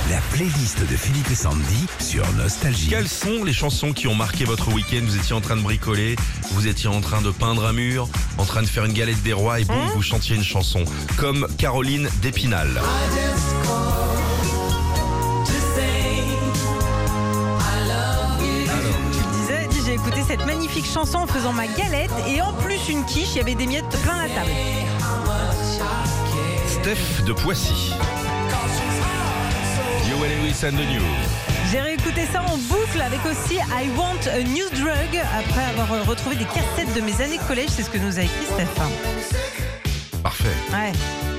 La playlist de Philippe et Sandy sur Nostalgie. Quelles sont les chansons qui ont marqué votre week-end? Vous étiez en train de bricoler, vous étiez en train de peindre un mur, en train de faire une galette des rois et boum, vous chantiez une chanson. Comme Caroline d'Épinal. J'ai écouté cette magnifique chanson en faisant ma galette et en plus une quiche, il y avait des miettes plein la table. Steph de Poissy. You and Lewis and the New. J'ai réécouté ça en boucle avec aussi I Want a New Drug après avoir retrouvé des cassettes de mes années de collège, c'est ce que nous a écrit Steph. Parfait. Ouais.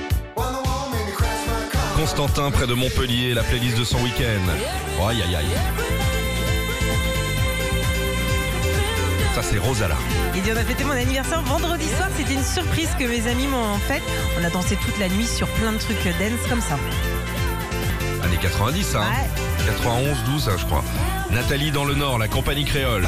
Constantin près de Montpellier, la playlist de son week-end. Aïe aïe aïe. Ça c'est Rosala. Il dit on a fêté mon anniversaire vendredi soir, c'était une surprise que mes amis m'ont faite. On a dansé toute la nuit sur plein de trucs dance comme ça. Années 90 hein. Ouais. 91, 12 je crois. Nathalie dans le Nord, la compagnie créole.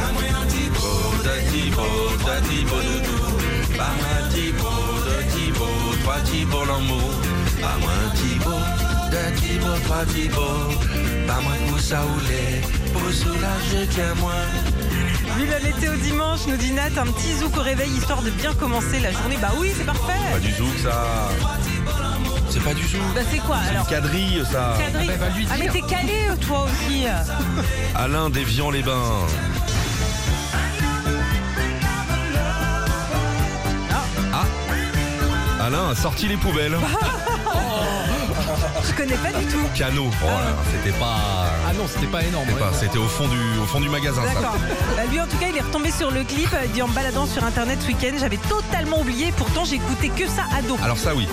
Vu la météo dimanche, nous dit Nat, un petit zouk au réveil histoire de bien commencer la journée. Bah oui, c'est parfait. Pas du zouk ça. C'est pas du zouk. Bah c'est quoi alors? Quadrille ça. Quadrille. Ah mais t'es calé toi aussi. Alain d'Évian-les-Bains. Ah. Alain a sorti les poubelles. Je connais pas du tout. Canot. Oh là, c'était pas. Ah non, c'était pas énorme. C'était au fond du magasin. D'accord. Ça. Bah, lui en tout cas il est retombé sur le clip. Il dit en me baladant sur internet ce week-end, j'avais totalement oublié. Pourtant j'écoutais que ça ado. Alors ça oui.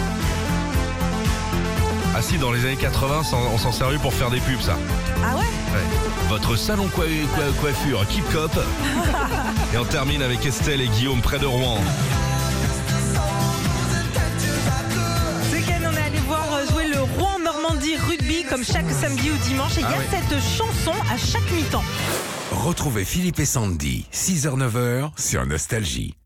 Ah si, dans les années 80, on s'en servait pour faire des pubs ça. Ah ouais? Votre salon coiffure Keep Cop. Et on termine avec Estelle et Guillaume près de Rouen. Ce week-end on est allé voir jouer le Rouen Normandie Rugby comme chaque samedi ou dimanche. Et il y a cette chanson à chaque mi-temps. Retrouvez Philippe et Sandy, 6h-9h sur Nostalgie.